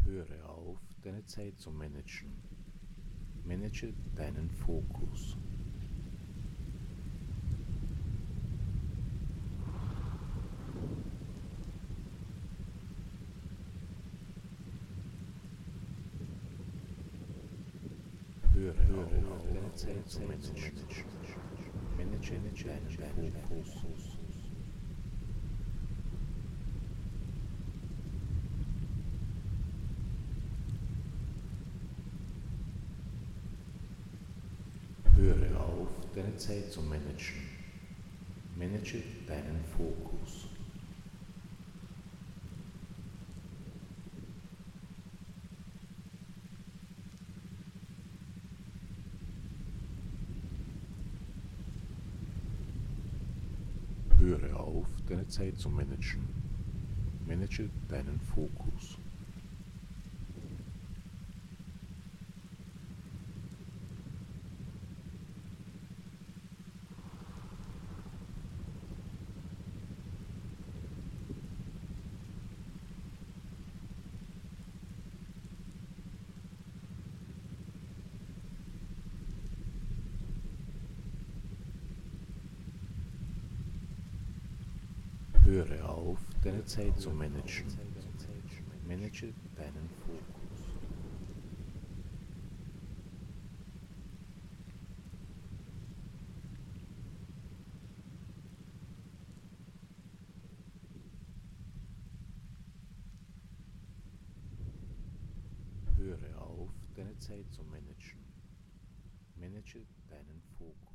Höre auf, deine Zeit zu managen. Manage deinen Fokus. Höre auf, deine Zeit zu managen. Manage deinen Fokus. Höre auf, deine Zeit zu managen. Manage deinen Fokus. Höre auf, deine Zeit zu managen. Manage deinen Fokus. Höre auf, deine Zeit zu managen. Manage deinen Fokus. Höre auf, deine Zeit zu managen. Manage deinen Fokus.